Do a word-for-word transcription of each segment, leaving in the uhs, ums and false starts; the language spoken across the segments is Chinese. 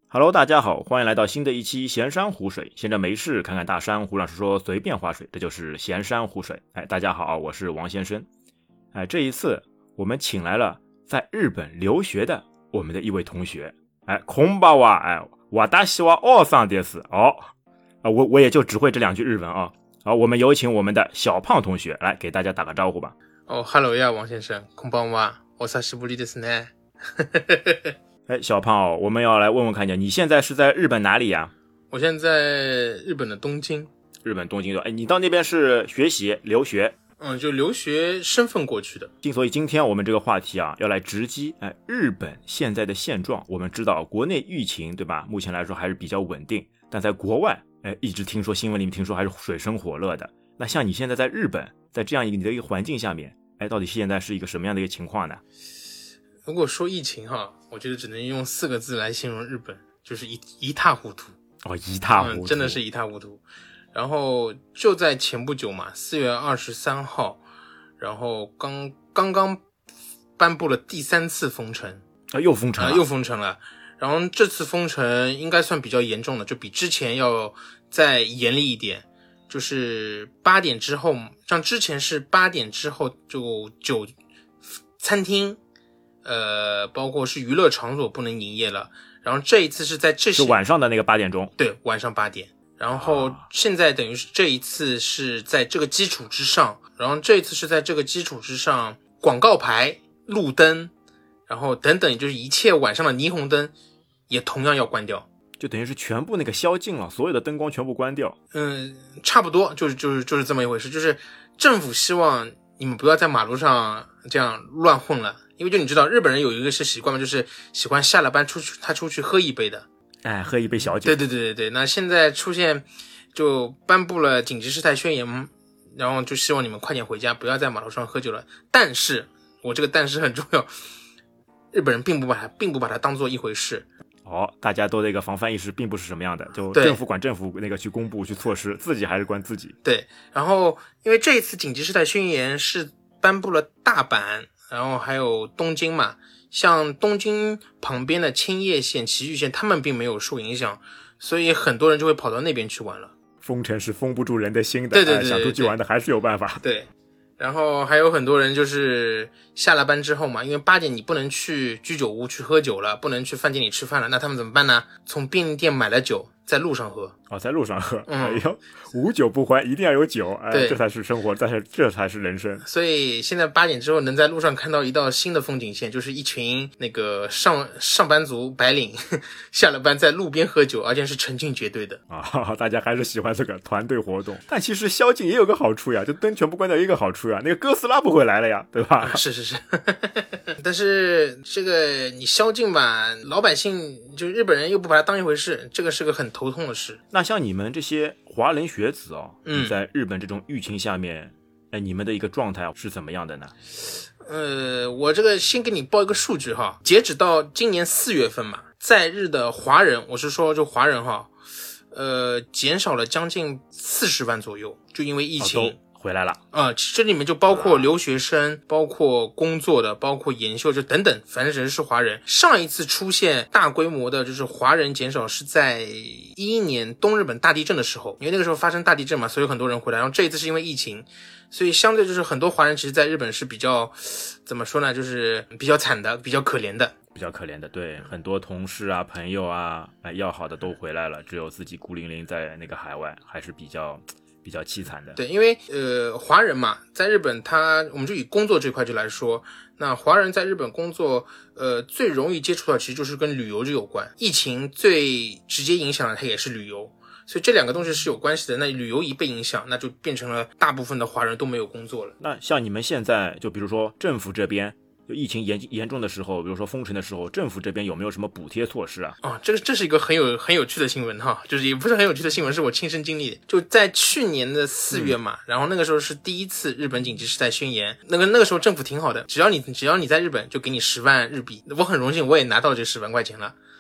Hello， 大家好，欢迎来到新的一期闲山湖水。闲着没事，看看大山，胡老师说随便划水，这就是闲山湖水。哎，大家好，我是王先生。哎，这一次我们请来了在日本留学的我们的一位同学。哎，空巴哇，哎，瓦达西瓦奥桑德斯。哦，啊，我我也就只会这两句日文啊。好，我们有请我们的小胖同学来给大家打个招呼吧。 哦 ，Hello 呀，王先生，空巴哇，お久しぶりですね。 哎，小胖、哦，我们要来问问看一下，你现在是在日本哪里呀？ 我现在在日本的东京。 日本东京的，哎，你到那边是学习留学？ 嗯，就留学身份过去的。 所以今天我们这个话题啊，要来直击哎日本现在的现状。我们知道国内疫情对吧，目前来说还是比较稳定，但在国外哎一直听说新闻里面听说还是水深火热的。那像你现在在日本，在这样一个你的一个环境下面，哎，到底现在是一个什么样的一个情况呢？ 如果说疫情哈，我觉得只能用四个字来形容日本，就是一一塌糊涂。 哦，一塌糊涂、嗯， 真的是一塌糊涂。然后就在前不久嘛，四月二十三号，然后刚刚刚颁布了第三次封城啊，又封城了、 啊，又封城了。然后这次封城应该算比较严重的，就比之前要再严厉一点。就是八点之后，像之前是八点之后就酒餐厅。呃，包括是娱乐场所不能营业了，然后这一次是在这些是晚上的那个八点钟， 对，晚上八点。然后现在等于是这一次是在这个基础之上，然后这一次是在这个基础之上，广告牌、路灯，然后等等，就是一切晚上的霓虹灯也同样要关掉， 就等于是全部那个宵禁了，所有的灯光全部关掉。 嗯，差不多，就是就是就是这么一回事，就是政府希望你们不要在马路上这样乱混了。因为就你知道日本人有一个是习惯嘛，就是喜欢下了班出去他出去喝一杯的， 哎，喝一杯小酒。 对对对对对。那现在出现就颁布了紧急事态宣言，然后就希望你们快点回家，不要在马路上喝酒了。但是我这个但是很重要，日本人并不把它并不把它当做一回事。 哦，大家都那个防范意识并不是什么样的，就政府管政府那个去公布去措施，自己还是管自己。 对，然后因为这一次紧急事态宣言是颁布了大阪。然后还有东京嘛，像东京旁边的千叶县、埼玉县，他们并没有受影响，所以很多人就会跑到那边去玩了。 封城是封不住人的心的， 对对 对, 对, 对, 对，想出去玩的还是有办法。 对，然后还有很多人就是下了班之后嘛，因为八点你不能去居酒屋去喝酒了，不能去饭店里吃饭了，那他们怎么办呢？从便利店买了酒，在路上喝。 哦，在路上喝， 嗯、 哎呦，无酒不欢，一定要有酒，哎， 对， 这才是生活，这才这才是人生。 所以现在八点之后能在路上看到一道新的风景线，就是一群那个上上班族白领下了班在路边喝酒，而且是成群结队的啊，大家还是喜欢这个团队活动。但其实宵禁也有个好处呀，就灯全部关掉，一个好处呀，那个哥斯拉不会来了呀，对吧？ 是是是，但是这个你宵禁吧，老百姓就日本人又不把它当一回事，这个是个很头痛的事。 那像你们这些华人学子哦， 嗯， 在日本这种疫情下面，哎，你们的一个状态是怎么样的呢？ 呃，我这个先给你报一个数据哈，截止到今年四月份嘛，在日的华人，我是说就华人哈，呃，减少了将近四十万左右，就因为疫情。 哦回来了啊、呃，这里面就包括留学生，包括工作的，包括研修，就等等，反正人是华人。上一次出现大规模的就是华人减少是在一一年东日本大地震的时候，因为那个时候发生大地震嘛，所以很多人回来。然后这一次是因为疫情，所以相对就是很多华人其实在日本是比较怎么说呢，就是比较惨的，比较可怜的。 比较可怜的，对，很多同事啊、朋友啊、哎要好的都回来了，只有自己孤零零在那个海外，还是比较。比较凄惨的。 对，因为呃华人嘛，在日本他我们就以工作这块就来说，那华人在日本工作呃最容易接触到其实就是跟旅游就有关，疫情最直接影响的它也是旅游，所以这两个东西是有关系的。那旅游一被影响，那就变成了大部分的华人都没有工作了。 那像你们现在就比如说政府这边就疫情严严重的时候，比如说封城的时候，政府这边有没有什么补贴措施啊？ 哦，这个这是一个很有很有趣的新闻哈，就是也不是很有趣的新闻，是我亲身经历的。就在去年的四月嘛、嗯，然后那个时候是第一次日本紧急事态宣言，那个那个时候政府挺好的，只要你只要你在日本就给你十万日币，我很荣幸我也拿到这十万块钱了。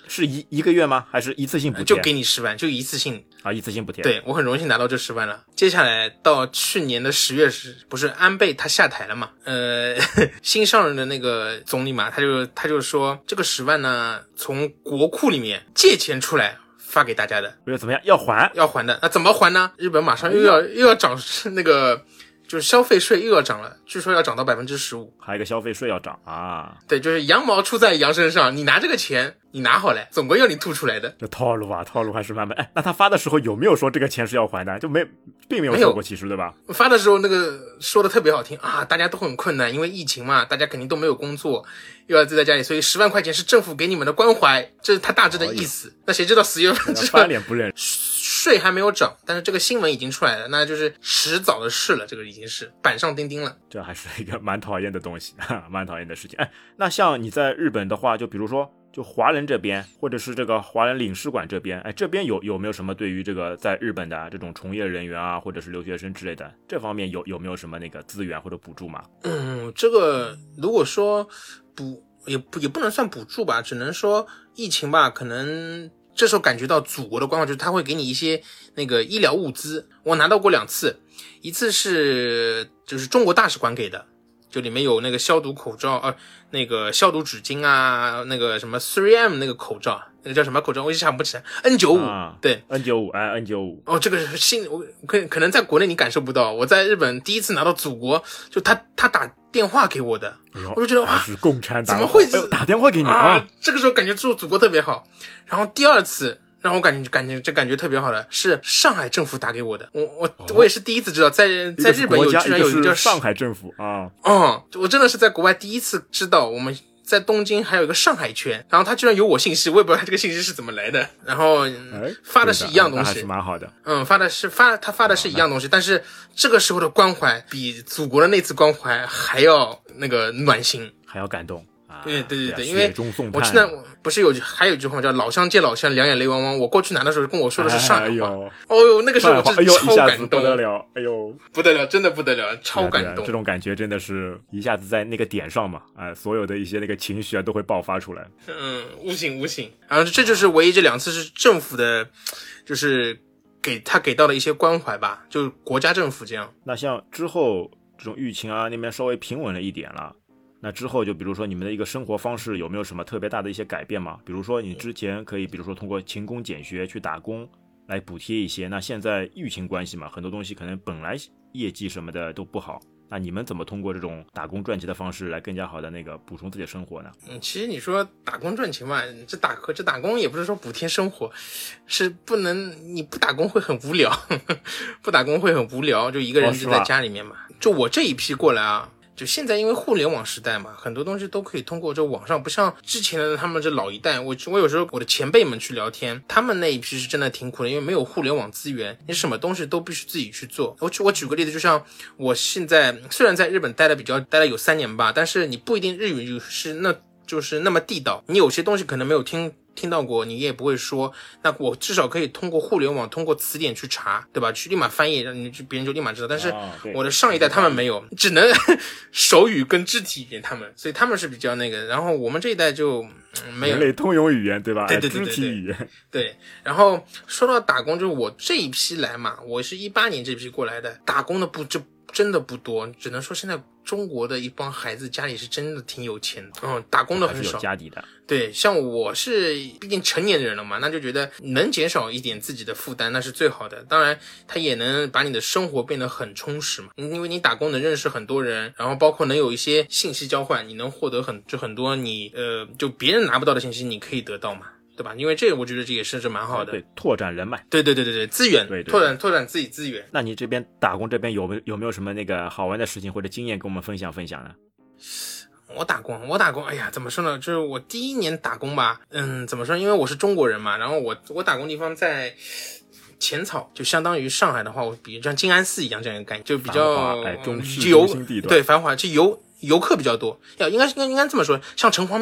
是一一个月吗？还是一次性补贴？ 就给你十万，就一次性啊，一次性补贴。 对，我很荣幸拿到这十万了。接下来到去年的十月时，不是安倍他下台了嘛？呃，新上任的那个总理嘛，他就他就说这个十万呢，从国库里面借钱出来发给大家的。 不是怎么样？要还？ 要还的。那怎么还呢？日本马上又要又要涨那个。就是消费税又要涨了，据说要涨到百分之十五， 还有一个消费税要涨啊！ 对，就是羊毛出在羊身上，你拿这个钱，你拿好来，总归要你吐出来的。 这套路啊，套路还是蛮蛮。哎，那他发的时候有没有说这个钱是要还的？就没，并没有说过，其实对吧？ 发的时候那个说的特别好听啊，大家都很困难，因为疫情嘛，大家肯定都没有工作，又要自在家里，所以十万块钱是政府给你们的关怀，这是他大致的意思。哦、那谁知道十月份之后翻脸不认。 税还没有涨，但是这个新闻已经出来了，那就是迟早的事了，这个已经是板上钉钉了。 这还是一个蛮讨厌的东西，蛮讨厌的事情。哎，那像你在日本的话，就比如说，就华人这边，或者是这个华人领事馆这边，哎，这边有有没有什么对于这个在日本的这种从业人员啊，或者是留学生之类的，这方面有有没有什么那个资源或者补助吗？ 嗯，这个如果说补也不也不能算补助吧，只能说疫情吧，可能。这时候感觉到祖国的关怀，就是他会给你一些那个医疗物资，我拿到过两次，一次是就是中国大使馆给的，就里面有那个消毒口罩，呃，那个消毒纸巾啊，那个什么 三 M 那个口罩，那个叫什么口罩，我一下想不起来 ，N 九十五，啊、对 ，N 九十五，哎 ，N 九十五， 哦，这个是新，我可可能在国内你感受不到，我在日本第一次拿到祖国，就他他打电话给我的， 哎、 我就觉得哇， 是共产党， 怎么会、 哎、打电话给你啊， 啊？这个时候感觉做祖国特别好。然后第二次让我感觉感觉这感觉特别好的是上海政府打给我的，我我、哦、我也是第一次知道，在在日本有居然有一个叫上海政府啊， 嗯，我真的是在国外第一次知道我们。在东京还有一个上海圈，然后他居然有我信息，我也不知道他这个信息是怎么来的。然后、嗯、发的是一样东西， 还是蛮好的。 嗯，发的是发他发的是一样东西，但是这个时候的关怀比祖国的那次关怀还要那个暖心， 还要感动。 对对对对，因为我真的不是有还有一句话叫老乡见老乡，两眼泪汪汪。我过去拿的时候跟我说的是上海话，哎呦，哦呦，那个时候我真的超感动， 不得了，哎呦， 不得了，真的不得了，超感动。 对啊对啊，这种感觉真的是一下子在那个点上嘛，啊、呃，所有的一些那个情绪啊都会爆发出来。 嗯，无形无形。然后这就是唯一这两次是政府的，就是给他给到的一些关怀吧，就是国家政府这样。 那像之后这种疫情啊那边稍微平稳了一点了。那之后就比如说你们的一个生活方式有没有什么特别大的一些改变吗？比如说你之前可以比如说通过勤工俭学去打工来补贴一些，那现在疫情关系嘛，很多东西可能本来业绩什么的都不好，那你们怎么通过这种打工赚钱的方式来更加好的那个补充自己的生活呢？ 嗯，其实你说打工赚钱嘛，这打这打工也不是说补贴生活，是不能你不打工会很无聊，呵呵不打工会很无聊，就一个人就在家里面嘛。哦、就我这一批过来啊。就现在因为互联网时代嘛，很多东西都可以通过这网上，不像之前的他们这老一代，我我有时候我的前辈们去聊天，他们那一批是真的挺苦的，因为没有互联网资源，你什么东西都必须自己去做。我举我举个例子，就像我现在虽然在日本待的比较待了有三年吧，但是你不一定日语是那就是那么地道，你有些东西可能没有听听到过，你也不会说，那我至少可以通过互联网，通过词典去查，对吧？去立马翻译，让你别人就立马知道。但是我的上一代他们没有，只能手语跟肢体语言，他们，所以他们是比较那个。然后我们这一代就、嗯、没有人类通用语言，对吧？ 对对对对对， 肢体语言。 对。然后说到打工，就是我这一批来嘛，我是一八年这批过来的，打工的不这真的不多，只能说现在中国的一帮孩子家里是真的挺有钱的，嗯，打工的很少， 还是有家底的。 对，像我是毕竟成年人了嘛，那就觉得能减少一点自己的负担，那是最好的。当然，它也能把你的生活变得很充实嘛，因为你打工能认识很多人，然后包括能有一些信息交换，你能获得很就很多你呃就别人拿不到的信息，你可以得到嘛。对吧？因为这个我觉得这也是这蛮好的， 对，拓展人脉， 对对对对对，资源， 对对对， 拓展拓展自己资源。 那你这边打工这边有没有有没有什么那个好玩的事情或者经验跟我们分享分享呢？ 我打工，我打工，哎呀，怎么说呢？就是我第一年打工吧，嗯，怎么说？因为我是中国人嘛，然后我我打工地方在浅草，就相当于上海的话，我比如像静安寺一样这样一个概念，就比较哎中市游中心地段， 对，繁华，就游游客比较多，要应该应该应该这么说，像城隍庙。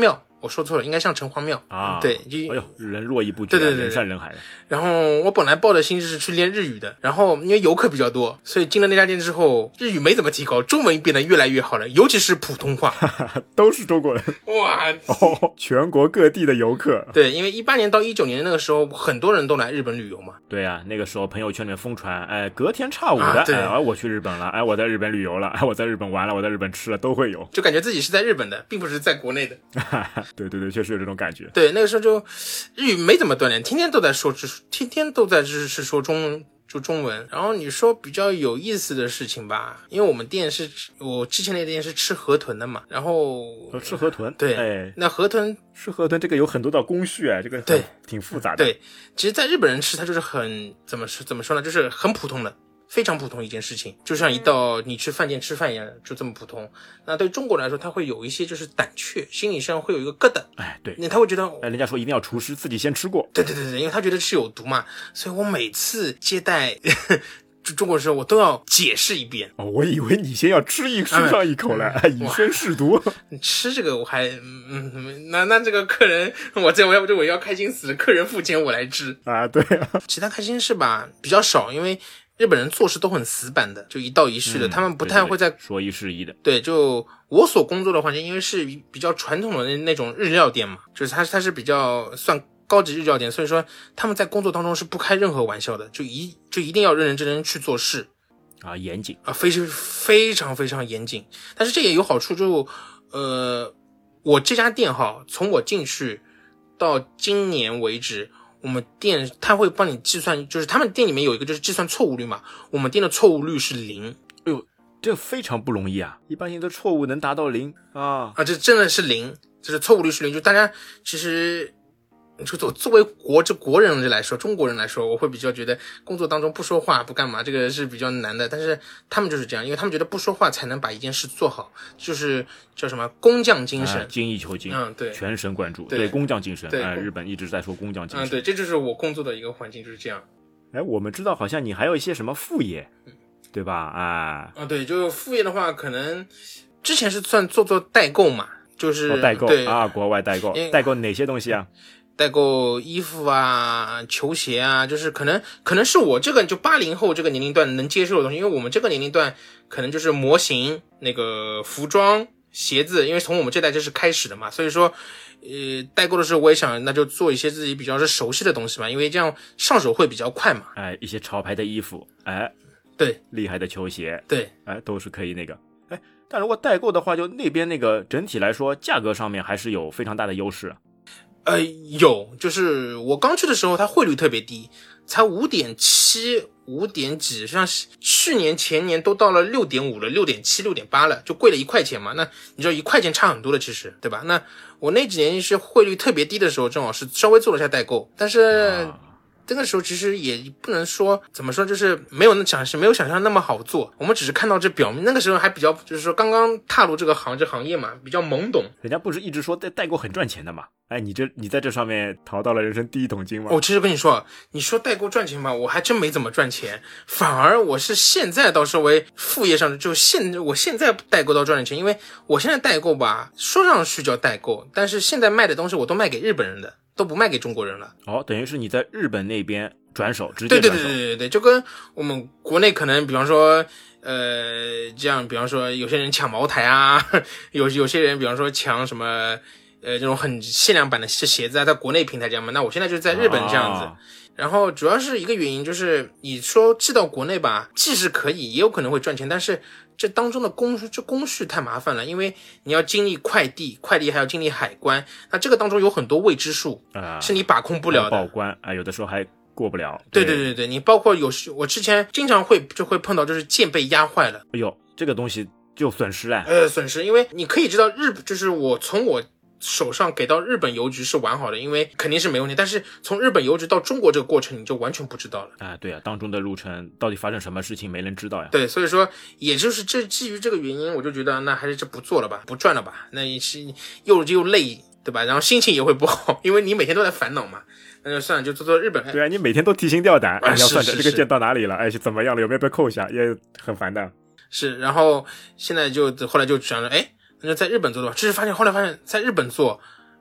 我说错了，应该像城隍庙啊。 对，就哎呦，人络绎不绝， 对对对对人山人海的。 然后我本来抱的心是去练日语的，然后因为游客比较多，所以进了那家店之后，日语没怎么提高，中文变得越来越好了，尤其是普通话， 都是中国人。 哇， 哦，全国各地的游客。 对，因为一八年到一九年那个时候，很多人都来日本旅游嘛。 对啊，那个时候朋友圈里面疯传，哎，隔天差五的， 啊、对哎，我去日本了，哎，我在日本旅游了，哎，我在日本玩了，我在日本吃了，都会有， 就感觉自己是在日本的，并不是在国内的。 对对对，确实有这种感觉。 对，那个时候就日语没怎么锻炼，天天都在说，天天都在是说中就中文。然后你说比较有意思的事情吧，因为我们店是我之前那店是吃河豚的嘛，然后吃河豚， 对， 哎， 那河豚吃河豚这个有很多道工序哎，这个对挺复杂的。 对，其实在日本人吃它就是很怎么说怎么说呢，就是很普通的。非常普通一件事情，就像一道你去饭店吃饭一样，就这么普通。那对中国人来说，他会有一些就是胆怯，心理上会有一个疙瘩。 哎，对， 那他会觉得， 哎，人家说一定要厨师自己先吃过。 对对对对，因为他觉得是有毒嘛，所以我每次接待就中国人的时候，我都要解释一遍。 哦，我以为你先要吃一吃上一口来，哎、以身试毒。 你吃这个我还嗯嗯，那那这个客人，我这我要不就我要开心死了，客人付钱我来吃啊，对啊。 其他开心事吧比较少，因为日本人做事都很死板的，就一道一式的，嗯、他们不太会在对对对说一是一的。 对，就我所工作的环境，因为是比较传统的那那种日料店嘛，就是它它是比较算高级日料店，所以说他们在工作当中是不开任何玩笑的，就一就一定要认认真真去做事啊，严谨啊，非常非常非常严谨。但是这也有好处，就呃，我这家店哈，从我进去到今年为止。我们店他会帮你计算，就是他们店里面有一个就是计算错误率嘛，我们店的错误率是零。 哎呦，这非常不容易啊！一般性的错误能达到零啊啊，这真的是零，就是错误率是零。就大家其实，就作为国这国人来说，中国人来说，我会比较觉得工作当中不说话不干嘛，这个是比较难的。但是他们就是这样，因为他们觉得不说话才能把一件事做好，就是叫什么工匠精神， 啊、精益求精， 嗯，对， 全神贯注， 对, 对工匠精神。 对、 呃，日本一直在说工匠精神。 嗯，对，这就是我工作的一个环境，就是这样。 哎，我们知道好像你还有一些什么副业，对吧？啊， 啊，对，就副业的话，可能之前是算做做代购嘛，就是、 哦、代购对啊，国外代购，代购哪些东西啊？ 代购衣服啊，球鞋啊，就是可能可能是我这个就八零后这个年龄段能接受的东西，因为我们这个年龄段可能就是模型、那个服装、鞋子，因为从我们这代就是开始的嘛，所以说，呃，代购的时候我也想那就做一些自己比较是熟悉的东西嘛，因为这样上手会比较快嘛。 哎，一些潮牌的衣服，哎， 对， 厉害的球鞋， 对， 哎，都是可以那个，哎，但如果代购的话，就那边那个整体来说，价格上面还是有非常大的优势。 呃，有，就是我刚去的时候，它汇率特别低，才五点七、五点几，像去年、前年都到了六点五了、六点七、六点八了，就贵了一块钱嘛。那你知道一块钱差很多的，其实，对吧？那我那几年是汇率特别低的时候，正好是稍微做了一下代购，但是。啊这个时候其实也不能说怎么说，就是没有那想是没有想象那么好做。我们只是看到这表面，那个时候还比较就是说刚刚踏入这个行这行业嘛，比较懵懂。 人家不是一直说代代购很赚钱的嘛？哎，你这你在这上面淘到了人生第一桶金吗？ 我、哦、其实跟你说，你说代购赚钱吧，我还真没怎么赚钱，反而我是现在倒是为副业上，就现我现在代购到赚了钱，因为我现在代购吧，说上去叫代购，但是现在卖的东西我都卖给日本人的。都不卖给中国人了。 哦，等于是你在日本那边转手，直接转手。 对对对对对对，就跟我们国内可能，比方说，呃，这样，比方说有些人抢茅台啊，有有些人比方说抢什么，呃，这种很限量版的鞋子啊，在国内平台这样嘛。那我现在就是在日本这样子。哦，然后主要是一个原因就是你说寄到国内吧，既是可以，也有可能会赚钱，但是这当中的工这工序太麻烦了，因为你要经历快递，快递还要经历海关，那这个当中有很多未知数，呃、是你把控不了的。 报关啊、呃，有的时候还过不了。 对对对对，你包括有时我之前经常会就会碰到，就是件被压坏了。 哎呦，这个东西就损失了。 呃，损失，因为你可以知道日就是我从我。手上给到日本邮局是完好的，因为肯定是没问题，但是从日本邮局到中国这个过程你就完全不知道了啊！对啊，当中的路程到底发生什么事情没人知道呀。 对，所以说也就是这基于这个原因，我就觉得那还是这不做了吧，不赚了吧，那也是又又累，对吧？然后心情也会不好，因为你每天都在烦恼嘛。那就算了，就做做日本。 对啊，你每天都提心吊胆， 哎， 要算着这个件到哪里了，哎，怎么样了，有没有被扣下，也很烦的。 是，然后现在就后来就想着，哎，那就在日本做的吧。只是发现后来发现在日本做。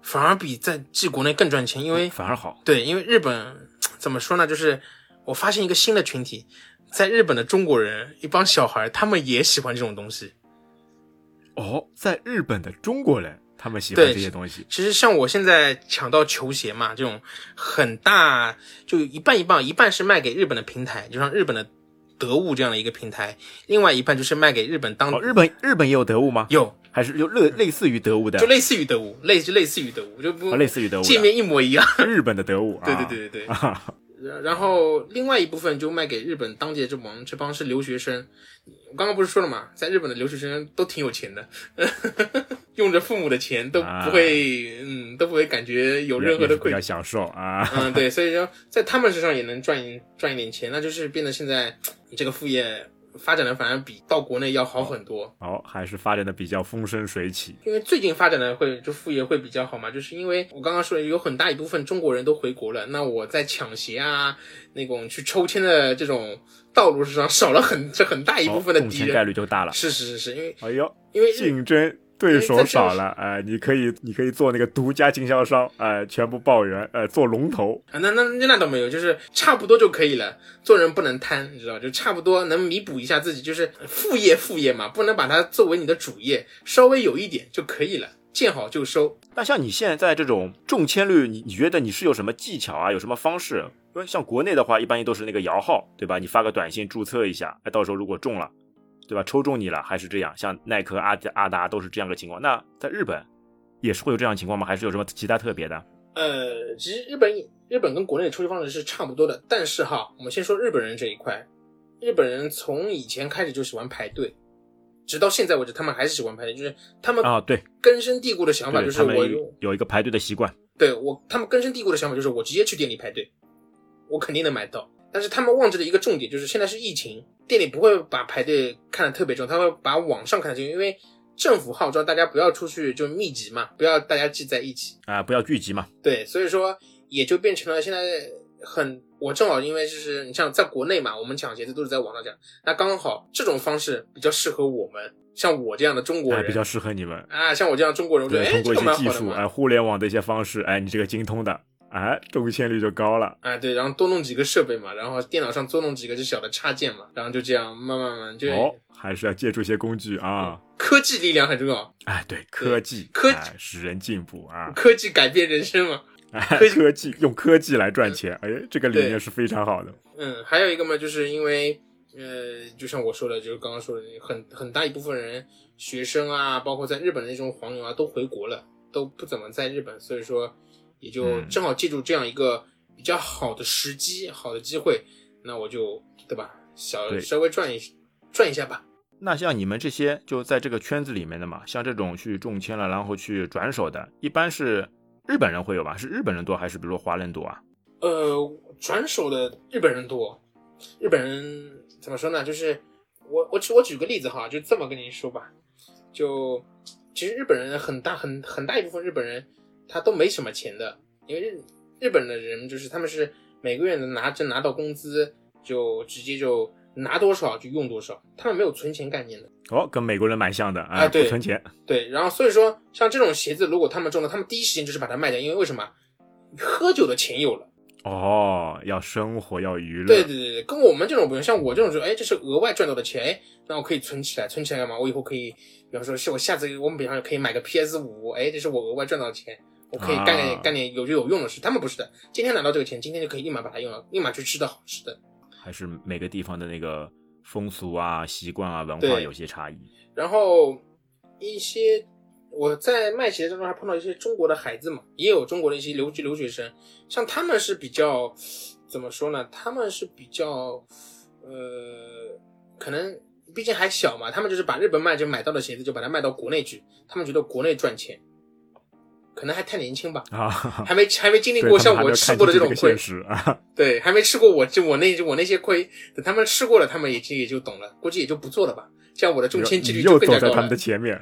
反而比在寄国内更赚钱，因为反而好。 对，因为日本怎么说呢，就是我发现一个新的群体，在日本的中国人，一帮小孩，他们也喜欢这种东西。 哦，在日本的中国人，他们喜欢这些东西。 其实像我现在抢到球鞋嘛，这种很大，就一半一半，一半是卖给日本的平台，就像日本的得物这样的一个平台，另外一半就是卖给日本当、 哦、日本日本也有得物吗？ 有， 还是就类类似于得物的？ 就类似于得物，类就类似于得物，就不、 哦、类似于得物， 界面一模一样。 日本的得物， 对对对对对。啊然后另外一部分就卖给日本当地的这帮这帮是留学生。我刚刚不是说了嘛，在日本的留学生都挺有钱的，用着父母的钱都不会、啊、嗯都不会感觉有任何的愧疚， 比较享受啊。 嗯，对，所以说在他们身上也能赚赚一点钱，那就是变得现在你这个副业发展的反而比到国内要好很多。 哦，还是发展的比较风生水起。 因为最近发展的会就副业会比较好嘛，就是因为我刚刚说有很大一部分中国人都回国了，那我在抢鞋啊那种去抽签的这种道路上少了很这很大一部分的敌人， 中签概率就大了。 是是是是，因为哎呦， 因为竞争对手少了，哎、呃，你可以你可以做那个独家经销商，哎、呃，全部报员，呃，做龙头。 啊，那那那倒没有，就是差不多就可以了。做人不能贪，你知道，就差不多能弥补一下自己，就是副业副业嘛，不能把它作为你的主业，稍微有一点就可以了，见好就收。 那像你现在这种中签率，你你觉得你是有什么技巧啊，有什么方式？因为像国内的话，一般都是那个摇号，对吧？你发个短信注册一下，哎，到时候如果中了。对吧？抽中你了还是这样？像耐克、阿迪、阿达都是这样的情况。那在日本也是会有这样的情况吗？还是有什么其他特别的？ 呃，其实日本日本跟国内的抽签方式是差不多的，但是哈，我们先说日本人这一块。日本人从以前开始就喜欢排队，直到现在为止，他们还是喜欢排队，就是他们啊，对， 根深蒂固的想法就是我有一个排队的习惯。 对我，他们根深蒂固的想法就是我直接去店里排队，我肯定能买到。但是他们忘记了一个重点，就是现在是疫情。店里不会把排队看得特别重，他会把网上看得重，因为政府号召大家不要出去就密集嘛，不要大家聚在一起啊，不要聚集嘛。 对，所以说也就变成了现在很，我正好因为就是你像在国内嘛，我们抢鞋子都是在网上抢，那刚好这种方式比较适合我们，像我这样的中国人， 哎、比较适合你们啊，像我这样的中国人，我觉得通过一些技术， 哎、 哎，互联网的一些方式，哎，你这个精通的。哎，中签率就高了。 哎，对，然后多弄几个设备嘛，然后电脑上多弄几个就小的插件嘛，然后就这样慢慢慢就哦，还是要借助一些工具啊。 科技力量很重要。 哎，对，科技， 科技、 哎、使人进步啊。 科技改变人生嘛。 哎，科技用科技来赚钱，哎，这个理念是非常好的。 嗯，还有一个嘛，就是因为呃，就像我说的，就是刚刚说的，很很大一部分人，学生啊，包括在日本的那种黄牛啊，都回国了，都不怎么在日本，所以说。也就正好记住这样一个比较好的时机、嗯、好的机会，那我就对吧，小稍微赚一赚一下吧。 那像你们这些就在这个圈子里面的嘛，像这种去中签了然后去转手的，一般是日本人会有吧？是日本人多还是比如说华人多啊？ 呃，转手的日本人多。日本人怎么说呢？就是我我我举个例子哈，就这么跟您说吧，就其实日本人很大很很大一部分日本人。他都没什么钱的，因为日日本的人就是他们是每个月能拿着拿到工资就直接就拿多少就用多少，他们没有存钱概念的。 哦，跟美国人蛮像的啊， 啊对， 不存钱。 对，然后所以说像这种鞋子，如果他们中了，他们第一时间就是把它卖掉，因为为什么？喝酒的钱有了。 哦，要生活要娱乐。 对对对对，跟我们这种不用，像我这种说，哎，这是额外赚到的钱，哎，那我可以存起来，存起来干嘛？我以后可以，比方说是我下次我们比方说可以买个 P S 五， 哎，这是我额外赚到的钱。我可以干点、啊、干点有就有用的事，他们不是的。今天拿到这个钱，今天就可以立马把它用了，立马去吃的好吃的。 还是每个地方的那个风俗啊、习惯啊、文化有些差异。 然后一些我在卖鞋当中还碰到一些中国的孩子嘛，也有中国的一些留留学生，像他们是比较怎么说呢？他们是比较呃，可能毕竟还小嘛，他们就是把日本卖就买到的鞋子就把它卖到国内去，他们觉得国内赚钱。可能还太年轻吧，啊，还没还没经历过像我吃过的这种亏， 啊、 对，还没吃过我就我那我那些亏，等他们吃过了，他们也就也就懂了，估计也就不做了吧。像我的中签几率就更加高了。 又走在他们的前面。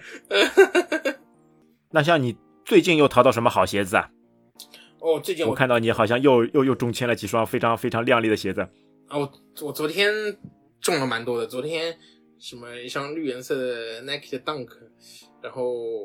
那像你最近又淘到什么好鞋子啊？ 哦，最近 我, 我看到你好像又又又中签了几双非常非常亮丽的鞋子。 啊，我我昨天中了蛮多的，昨天什么一双绿颜色的 Nike 的 Dunk， 然后。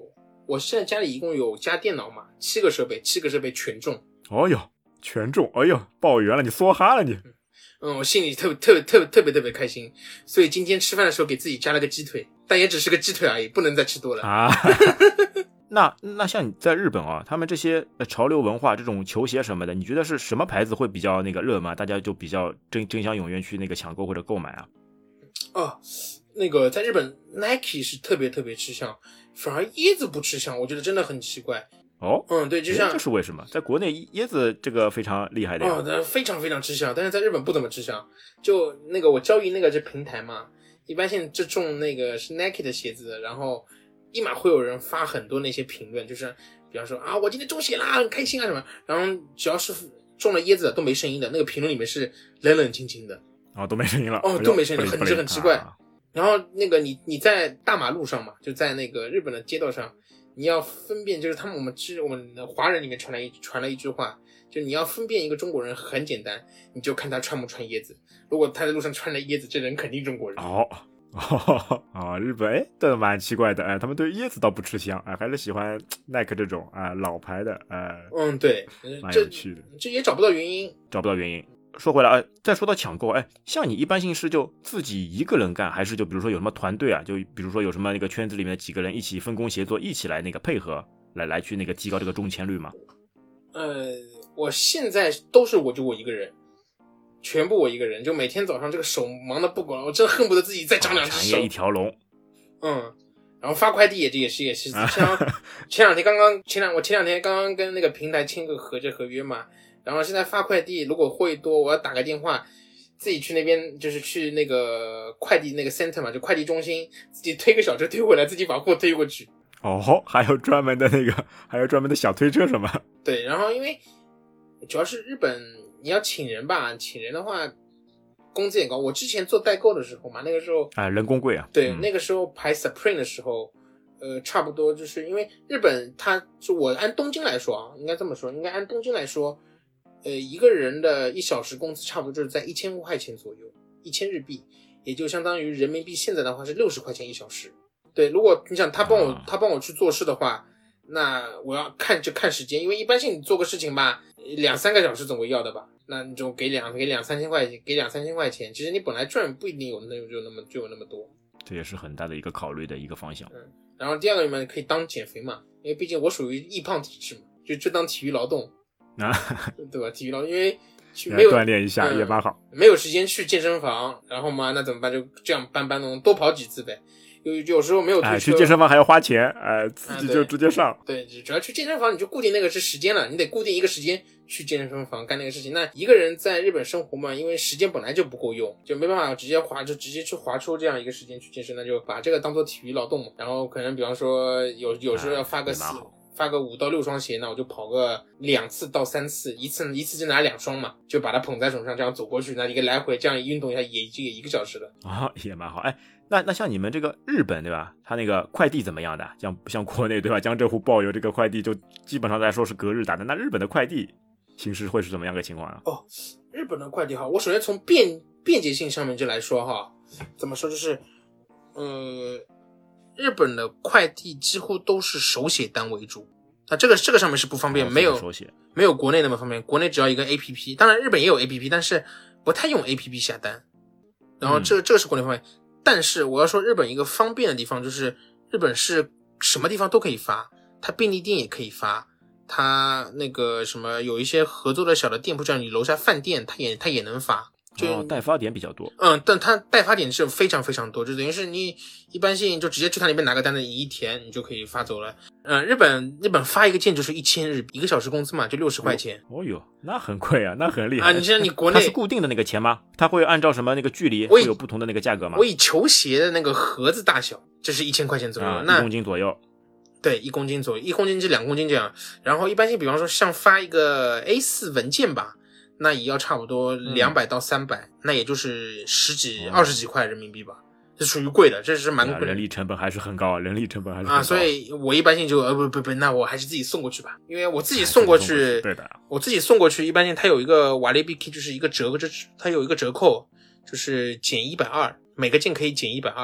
我现在家里一共有加电脑嘛，七个设备，七个设备全中。 哦哟，全中，哎呦，爆圆了，你梭哈了你。 嗯，我心里特别特别特别特别特别开心，所以今天吃饭的时候给自己加了个鸡腿，但也只是个鸡腿而已，不能再吃多了啊。那那像你在日本啊，他们这些潮流文化，这种球鞋什么的，你觉得是什么牌子会比较那个热吗？大家就比较争争相踊跃去那个抢购或者购买啊？ 哦，那个在日本 Nike 是特别特别吃香，反而椰子不吃香，我觉得真的很奇怪。 哦， 嗯，对，就像这是为什么？在国内椰子这个非常厉害的呀。 哦，非常非常吃香，但是在日本不怎么吃香。就那个我交易那个这平台嘛，一般现在就中那个是 Nike 的鞋子，然后立马会有人发很多那些评论，就是比方说啊，我今天中鞋啦，很开心啊什么，然后只要是中了椰子的都没声音的，那个评论里面是冷冷清清的。 哦，都没声音了。 哦，都没声音了，很很奇怪。 啊、 然后那个你你在大马路上嘛，就在那个日本的街道上。你要分辨，就是他们我们知我们的华人里面传来一传了一句话，就你要分辨一个中国人很简单，你就看他穿不穿椰子。如果他在路上穿了椰子，这人肯定中国人。 哦哦哦，日本哎，这蛮奇怪的哎，他们对椰子倒不吃香哎，还是喜欢耐克这种啊、呃、老牌的哎。 嗯，对， 蛮有趣的， 这也找不到原因， 找不到原因。说回来啊，再说到抢购，哎，像你一般性是就自己一个人干，还是就比如说有什么团队啊？就比如说有什么那个圈子里面的几个人一起分工协作，一起来那个配合，来来去那个提高这个中签率吗？ 呃，我现在都是我就我一个人，全部我一个人，就每天早上这个手忙得不管，我真恨不得自己再长两只手。 产业一条龙。 嗯，然后发快递也这也是也是，像前两天刚刚前两我前两天刚刚跟那个平台签个合这合约嘛。然后现在发快递，如果货一多，我要打个电话，自己去那边，就是去那个快递那个 center 嘛，就快递中心，自己推个小车推回来，自己把货推过去。 哦，还有专门的那个，还有专门的小推车什么？ 对，然后因为主要是日本，你要请人吧，请人的话，工资也高。我之前做代购的时候嘛，那个时候啊，人工贵啊。 对， 嗯、 那个时候排 Supreme 的时候。呃，差不多就是因为日本它，就我按东京来说啊，应该这么说，应该按东京来说。呃，一个人的一小时工资差不多就是在一千块钱左右，一千日币，也就相当于人民币现在的话是六十块钱一小时。对，如果你想他帮我、啊、他帮我去做事的话，那我要看就看时间，因为一般性你做个事情吧，两三个小时总归要的吧，那你就给两给两三千块钱，给两三千块钱，其实你本来赚不一定有那就那么就有那么多， 这也是很大的一个考虑的一个方向。 嗯，然后第二个你们可以当减肥嘛，因为毕竟我属于易胖体质嘛，就就当体育劳动。 啊， 对吧？体育劳动，因为没有锻炼一下、嗯、也蛮好， 没有时间去健身房，然后嘛，那怎么办？就这样搬搬弄，多跑几次呗。有有时候没有推车、 哎，去健身房还要花钱，哎，自己就直接上。 啊、对, 对，主要去健身房你就固定那个是时间了，你得固定一个时间去健身房干那个事情。那一个人在日本生活嘛，因为时间本来就不够用，就没办法直接划，就直接去划出这样一个时间去健身，那就把这个当做体育劳动嘛。然后可能比方说有有时候要发个四。哎发个五到六双鞋，那我就跑个两次到三次，一次一次就拿两双嘛，就把它捧在手上，这样走过去，那一个来回这样运动一下，也就一个小时了啊、哦，也蛮好。哎，那那像你们这个日本对吧？它那个快递怎么样的？像不像国内对吧？江浙沪包邮这个快递就基本上来说是隔日打的，那日本的快递形式会是怎么样个情况啊？ 哦，日本的快递哈，我首先从便便捷性上面就来说哈，怎么说就是，呃。日本的快递几乎都是手写单为主，那这个这个上面是不方便， 哦、 没有手写， 没有国内那么方便。国内只要一个 A P P， 当然日本也有 A P P， 但是不太用 A P P 下单。然后这、嗯、这个是国内方面，但是我要说日本一个方便的地方就是日本是什么地方都可以发，它便利店也可以发，它那个什么有一些合作的小的店铺，像你楼下饭店，它也它也能发。就哦，代发点比较多。 嗯，但它代发点是非常非常多，就等于是你一般性就直接去它那边拿个单子，你一填你就可以发走了。嗯，日本日本发一个件就是一千日币，一个小时工资嘛，就六十块钱。 哦哟，那很贵啊，那很厉害啊！你像你国内它是固定的那个钱吗？它会按照什么那个距离会有不同的那个价格吗？ 我以球鞋的那个盒子大小，这是一千块钱左右， 啊、 那一公斤左右。 对，一公斤左右，一公斤至两公斤这样。然后一般性，比方说像发一个 A 四 文件吧。那也要差不多两百到三百、嗯，那也就是十几、二十几块人民币吧，这属于贵的，这是蛮贵的。 人力成本还是很高，人力成本还是很高啊，所以我一般性就呃不不不，那我还是自己送过去吧，因为我自己送过去， 对的， 我自己送过去，一般性它有一个瓦列比 K， 就是一个折，这它有一个折扣，就是减一百二，每个件可以减一百二。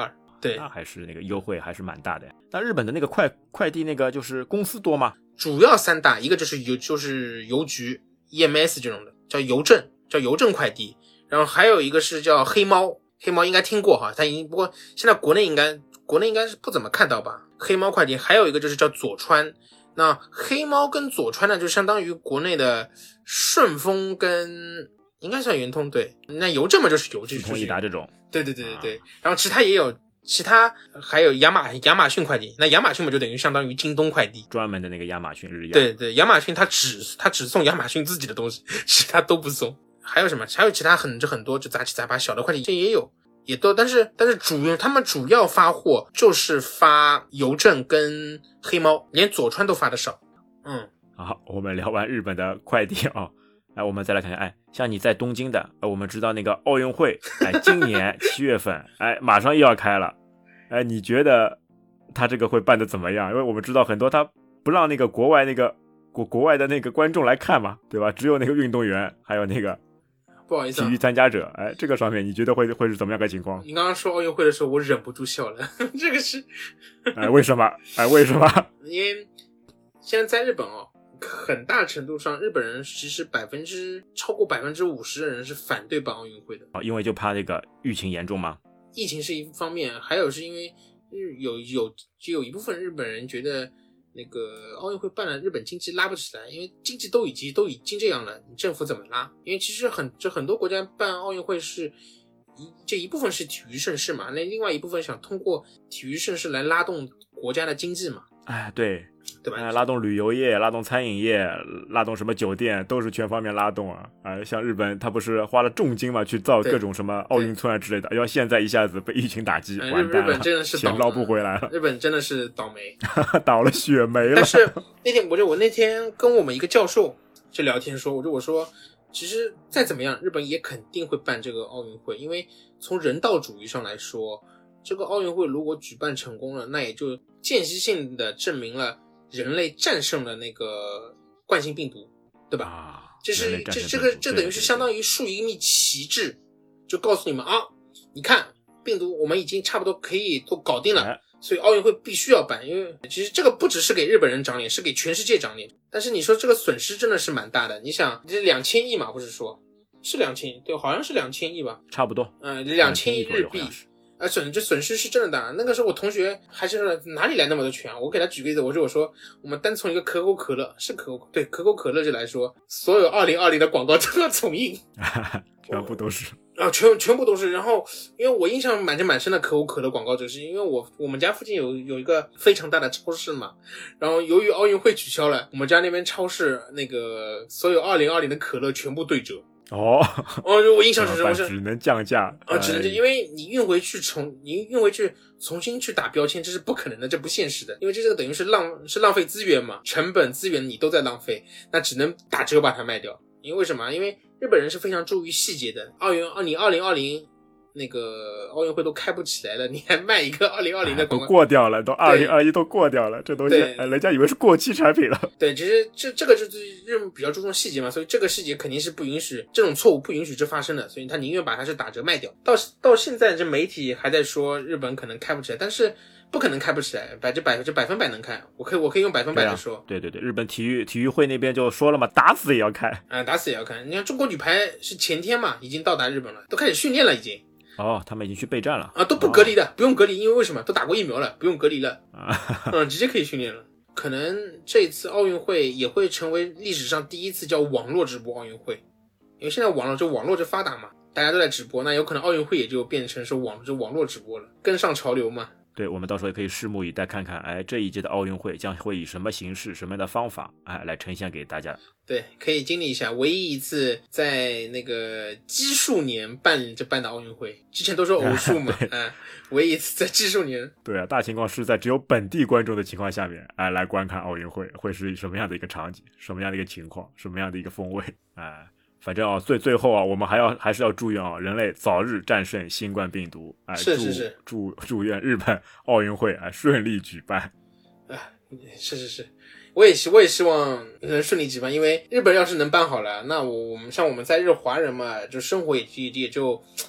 对， 那还是那个优惠还是蛮大的。那日本的那个快快递那个就是公司多吗？ 主要三大，一个就是邮就是邮局 E M S 这种的，叫邮政，叫邮政快递，然后还有一个是叫黑猫，黑猫应该听过哈，它已经不过现在国内应该国内应该是不怎么看到吧。黑猫快递还有一个就是叫佐川，那黑猫跟佐川呢就相当于国内的顺丰跟应该算圆通，对，那邮政嘛就是邮政， 通益达这种， 对对对对对，然后其他也有。其他还有亚马亚马逊快递，那亚马逊嘛就等于相当于京东快递， 专门的那个亚马逊日亚。 对对，亚马逊它只它只送亚马逊自己的东西，其他都不送。还有什么？还有其他很就很多就杂七杂八小的快递，这也有，也都，但是但是主要他们主要发货就是发邮政跟黑猫，连佐川都发的少。嗯， 好，我们聊完日本的快递啊。哎，我们再来看看，哎，像你在东京的，呃，我们知道那个奥运会，哎，今年七月份，哎，马上又要开了，哎，你觉得他这个会办得怎么样？因为我们知道很多他不让那个国外那个国国外的那个观众来看嘛，对吧？只有那个运动员，还有那个不好意思、啊， 体育参加者，哎，这个上面你觉得会会是怎么样个情况？ 你刚刚说奥运会的时候，我忍不住笑了，这个是， 哎，为什么？哎，为什么？ 因为现在在日本哦。很大程度上，日本人其实百分之超过百分之五十的人是反对办奥运会的， 因为就怕那个疫情严重吗？ 疫情是一方面，还有是因为日有有就有一部分日本人觉得那个奥运会办了，日本经济拉不起来，因为经济都已经都已经这样了，你政府怎么拉？因为其实很这很多国家办奥运会是一这一部分是体育盛事嘛，那另外一部分想通过体育盛事来拉动国家的经济嘛。 哎，对。 对吧、 呃？拉动旅游业，拉动餐饮业，拉动什么酒店，都是全方面拉动啊！啊、呃，像日本，他不是花了重金嘛，去造各种什么奥运村啊之类的，要现在一下子被疫情打击， 嗯、 完蛋了， 日本真的是钱捞不回来了。 日本真的是倒霉， 倒了血霉了。 但是那天，我就我那天跟我们一个教授就聊天说，我就我说，其实再怎么样，日本也肯定会办这个奥运会，因为从人道主义上来说，这个奥运会如果举办成功了，那也就间歇性的证明了。人类战胜了那个冠心病毒，对吧？ 啊， 这是这这个这等于是相当于竖一面旗帜，就告诉你们啊，你看病毒我们已经差不多可以都搞定了， 哎、 所以奥运会必须要办。因为其实这个不只是给日本人长脸，是给全世界长脸。但是你说这个损失真的是蛮大的，你想这两千亿嘛，不是说是两千亿，对，好像是两千亿吧， 差不多， 嗯，两千亿日币。啊，损这损失是真的大。那个时候我同学还是哪里来那么多钱啊？我给他举个例子，我说我说我们单从一个可口可乐是可口对可口可乐就来说，所有二零二零的广告真的重印， 全部都是啊，全全部都是。然后因为我印象蛮蛮深的可口可乐广告，就是因为我我们家附近有有一个非常大的超市嘛，然后由于奥运会取消了，我们家那边超市那个所有二零二零的可乐全部对折。 哦， 哦，我印象是什么？ 只能降价啊，只能因为你运回去重，你运回去重新去打标签，这是不可能的，这不现实的，因为这个等于是浪是浪费资源嘛，成本资源你都在浪费，那只能打折把它卖掉。因为为什么？因为日本人是非常注意细节的。奥运，你二零二零那个奥运会都开不起来了，你还卖一个二零二零的广告， 都过掉了，都二零二一都过掉了，这东西、哎、人家以为是过期产品了。 对，其实这这个就是日本比较注重细节嘛，所以这个细节肯定是不允许，这种错误不允许这发生的，所以他宁愿把它是打折卖掉。到到现在这媒体还在说日本可能开不起来，但是不可能开不起来，百这百这百分百能开，我可以我可以用百分百的说。 对、啊、对对对，日本体育体育会那边就说了嘛，打死也要开。 啊、嗯，打死也要开。你看中国女排是前天嘛，已经到达日本了，都开始训练了已经。 哦，他们已经去备战了啊，都不隔离的、哦，不用隔离，因为为什么？都打过疫苗了，不用隔离了啊， 嗯，直接可以训练了。可能这次奥运会也会成为历史上第一次叫网络直播奥运会，因为现在网络就网络就发达嘛，大家都在直播，那有可能奥运会也就变成是网就网络直播了，跟上潮流嘛。 对，我们到时候也可以拭目以待，看看，哎，这一届的奥运会将会以什么形式、什么样的方法，哎，来呈现给大家。 对，可以经历一下，唯一一次在那个奇数年办这办的奥运会，之前都是偶数嘛，哎，唯一一次在奇数年。 对啊，大情况是在只有本地观众的情况下面，哎，来观看奥运会，会是什么样的一个场景，什么样的一个情况，什么样的一个风味，哎。反正啊，最最后啊，我们还要还是要祝愿啊，人类早日战胜新冠病毒，哎， 是是是， 祝祝祝愿日本奥运会哎顺利举办， 啊，是是是，我也希我也希望能顺利举办，因为日本要是能办好了，那我我们像我们在日华人嘛，就生活也也也就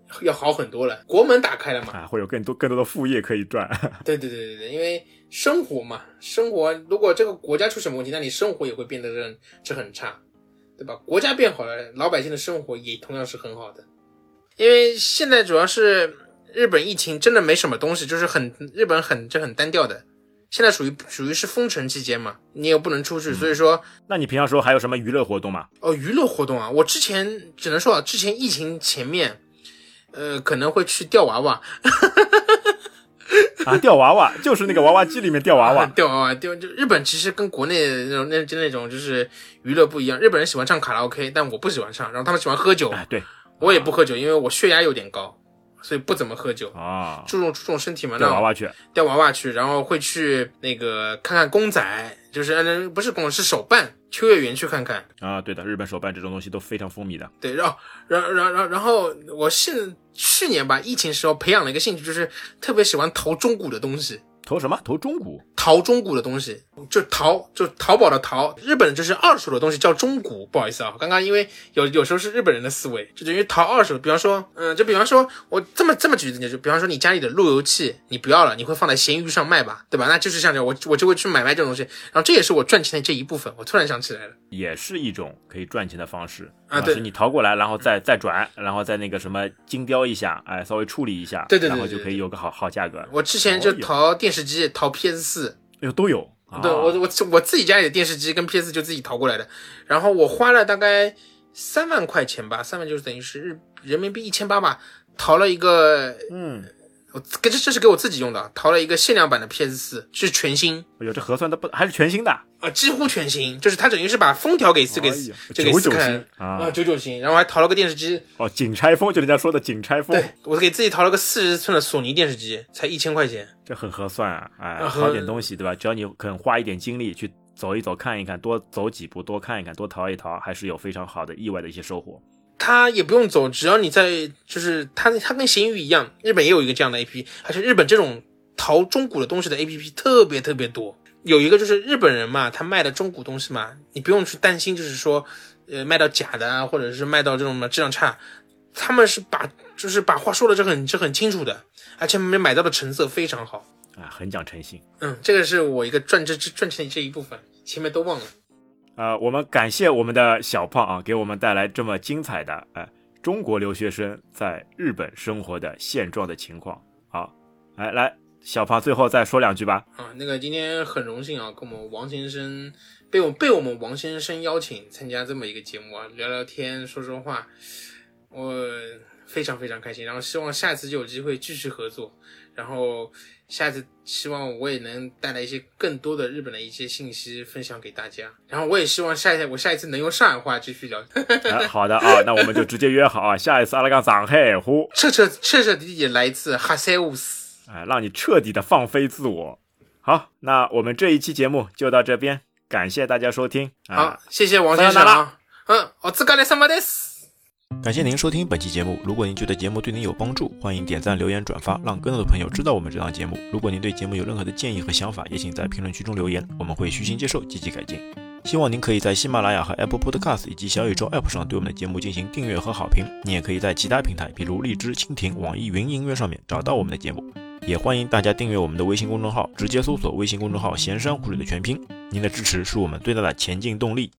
要好很多了，国门打开了嘛， 啊，会有更多更多的副业可以赚。 对对对对对，因为生活嘛，生活如果这个国家出什么问题，那你生活也会变得很这很差，对吧？国家变好了，老百姓的生活也同样是很好的。因为现在主要是日本疫情真的没什么东西，就是很日本很这很单调的。现在属于属于是封城期间嘛，你也不能出去，所以说、嗯、 那你平常说还有什么娱乐活动吗？ 哦，娱乐活动啊，我之前只能说啊，之前疫情前面呃可能会去钓娃娃啊，钓娃娃就是那个娃娃机里面钓娃娃、 啊、钓娃娃钓就日本其实跟国内的那种那就那种就是娱乐不一样，日本人喜欢唱卡拉 OK， 但我不喜欢唱，然后他们喜欢喝酒、 哎、对， 我也不喝酒，因为我血压有点高，所以不怎么喝酒啊， 注重注重身体嘛。 钓娃娃去， 钓娃娃去，然后会去那个看看公仔，就是不是公仔是手办，秋叶原去看看啊。对的，日本手办这种东西都非常风靡的。 对，然后然后然后然后我现去年吧，疫情时候培养了一个兴趣，就是特别喜欢淘中古的东西。 投什么？投中古？ 淘中古的东西，就淘就淘宝的淘，日本就是二手的东西叫中古，不好意思啊，刚刚因为有有时候是日本人的思维，就等于淘二手，比方说，嗯，就比方说我这么这么举例，就比方说你家里的路由器你不要了，你会放在闲鱼上卖吧，对吧？那就是像这样，我我就会去买卖这种东西，然后这也是我赚钱的这一部分，我突然想起来了， 也是一种可以赚钱的方式啊，对， 你淘过来，然后再再转，然后再那个什么精雕一下，哎，稍微处理一下， 对对对， 然后就可以有个好好价格。 我之前就淘电视机，淘 P S 四。 哎呦，都有。啊、 对，我我我自己家里的电视机跟 P S 就自己淘过来的，然后我花了大概三万块钱吧，三万就是等于是日人民币一千八吧，淘了一个， 嗯， 我这这是给我自己用的，淘了一个限量版的 P S 四，是全新。 哎呦，这核算的不还是全新的啊，几乎全新，就是它等于是把封条给撕给撕，就给撕开啊，九九新，然后还淘了个电视机。 哦，紧拆封，就人家说的紧拆封。 对，我给自己淘了个四十寸的索尼电视机，才一千块钱， 这很合算啊！哎，淘点东西对吧？只要你肯花一点精力去走一走、看一看，多走几步、多看一看、多淘一淘，还是有非常好的意外的一些收获。 它也不用走，只要你在，就是它它跟闲鱼一样，日本也有一个这样的 A P P， 而且日本这种淘中古的东西的 A P P 特别特别多。有一个就是日本人嘛，他卖的中古东西嘛，你不用去担心，就是说，呃，卖到假的啊，或者是卖到这种质量差，他们是把就是把话说的这很这很清楚的，而且买到的成色非常好啊，很讲诚信。 嗯，这个是我一个赚这赚钱的这一部分，前面都忘了。 呃，我们感谢我们的小胖啊，给我们带来这么精彩的哎、呃、中国留学生在日本生活的现状的情况。好，来来。小胖最后再说两句吧。 啊，那个今天很荣幸啊，跟我们王先生被我被我们王先生邀请参加这么一个节目啊，聊聊天，说说话，我非常非常开心。然后希望下次就有机会继续合作，然后下次希望我也能带来一些更多的日本的一些信息分享给大家。然后我也希望下一次我下一次能用上海话继续聊。 啊、好的啊，那我们就直接约好啊，下一次阿拉冈上海话， 彻彻彻彻底底来一次哈塞乌斯。 哎，让你彻底的放飞自我。好，那我们这一期节目就到这边，感谢大家收听。 好，啊、谢谢王先生啊。嗯，お疲れ様です。 感谢您收听本期节目。如果您觉得节目对您有帮助，欢迎点赞、留言、转发，让更多的朋友知道我们这档节目。如果您对节目有任何的建议和想法，也请在评论区中留言，我们会虚心接受，积极改进。希望您可以在喜马拉雅和 Apple Podcast 以及小宇宙 App 上对我们的节目进行订阅和好评。你也可以在其他平台，比如荔枝、蜻蜓、网易云音乐上面找到我们的节目。也欢迎大家订阅我们的微信公众号，直接搜索微信公众号闲山湖水的全拼。您的支持是我们最大的前进动力。